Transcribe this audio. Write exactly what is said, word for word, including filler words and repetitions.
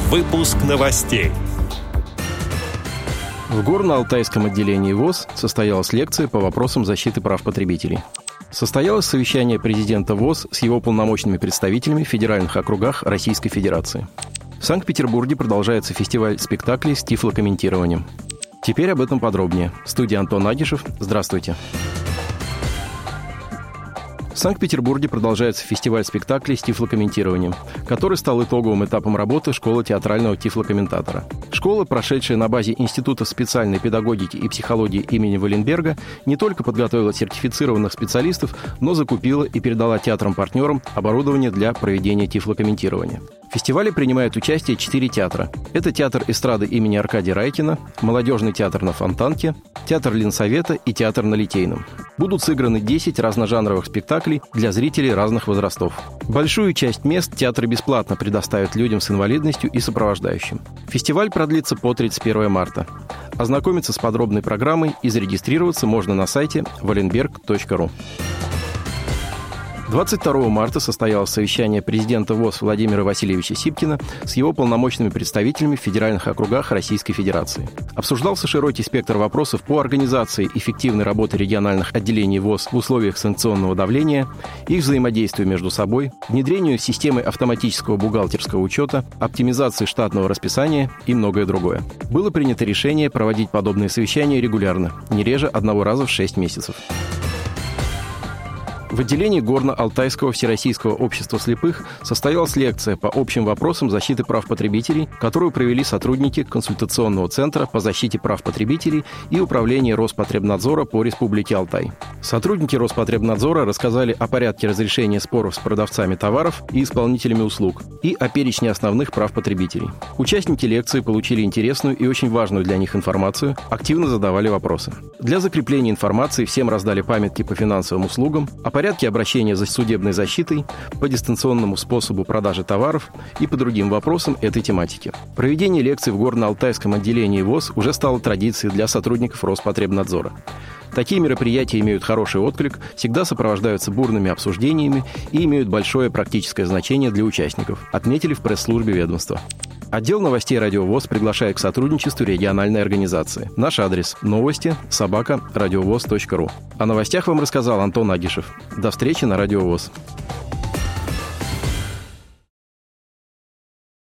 Выпуск новостей. В Горно-Алтайском отделении ВОС состоялась лекция по вопросам защиты прав потребителей. Состоялось совещание президента ВОС с его полномочными представителями в федеральных округах Российской Федерации. В Санкт-Петербурге продолжается фестиваль спектаклей с тифлокомментированием. Теперь об этом подробнее. В студии Антон Агишев. Здравствуйте. В Санкт-Петербурге продолжается фестиваль спектаклей с тифлокомментированием, который стал итоговым этапом работы школы театрального тифлокомментатора. Школа, прошедшая на базе Института специальной педагогики и психологии имени Валенберга, не только подготовила сертифицированных специалистов, но закупила и передала театрам-партнерам оборудование для проведения тифлокомментирования. В фестивале принимают участие четыре театра. Это театр эстрады имени Аркадия Райкина, молодежный театр на Фонтанке, театр Ленсовета и театр на Литейном. Будут сыграны десять разножанровых спектаклей для зрителей разных возрастов. Большую часть мест театры бесплатно предоставят людям с инвалидностью и сопровождающим. Фестиваль продлится по тридцать первого марта. Ознакомиться с подробной программой и зарегистрироваться можно на сайте валенберг точка ру. двадцать второго марта состоялось совещание президента ВОС Владимира Васильевича Сипкина с его полномочными представителями в федеральных округах Российской Федерации. Обсуждался широкий спектр вопросов по организации эффективной работы региональных отделений ВОС в условиях санкционного давления, их взаимодействию между собой, внедрению системы автоматического бухгалтерского учета, оптимизации штатного расписания и многое другое. Было принято решение проводить подобные совещания регулярно, не реже одного раза в шесть месяцев. В отделении Горно-Алтайского всероссийского общества слепых состоялась лекция по общим вопросам защиты прав потребителей, которую провели сотрудники консультационного центра по защите прав потребителей и управления Роспотребнадзора по Республике Алтай. Сотрудники Роспотребнадзора рассказали о порядке разрешения споров с продавцами товаров и исполнителями услуг и о перечне основных прав потребителей. Участники лекции получили интересную и очень важную для них информацию, активно задавали вопросы. Для закрепления информации всем раздали памятки по финансовым услугам, о порядке обращения за судебной защитой, по дистанционному способу продажи товаров и по другим вопросам этой тематики. Проведение лекций в Горно-Алтайском отделении ВОС уже стало традицией для сотрудников Роспотребнадзора. Такие мероприятия имеют хороший отклик, всегда сопровождаются бурными обсуждениями и имеют большое практическое значение для участников, отметили в пресс-службе ведомства. Отдел новостей Радио ВОС приглашает к сотрудничеству региональной организации. Наш адрес – новости собака радиовоз точка ру. О новостях вам рассказал Антон Агишев. До встречи на Радио ВОС.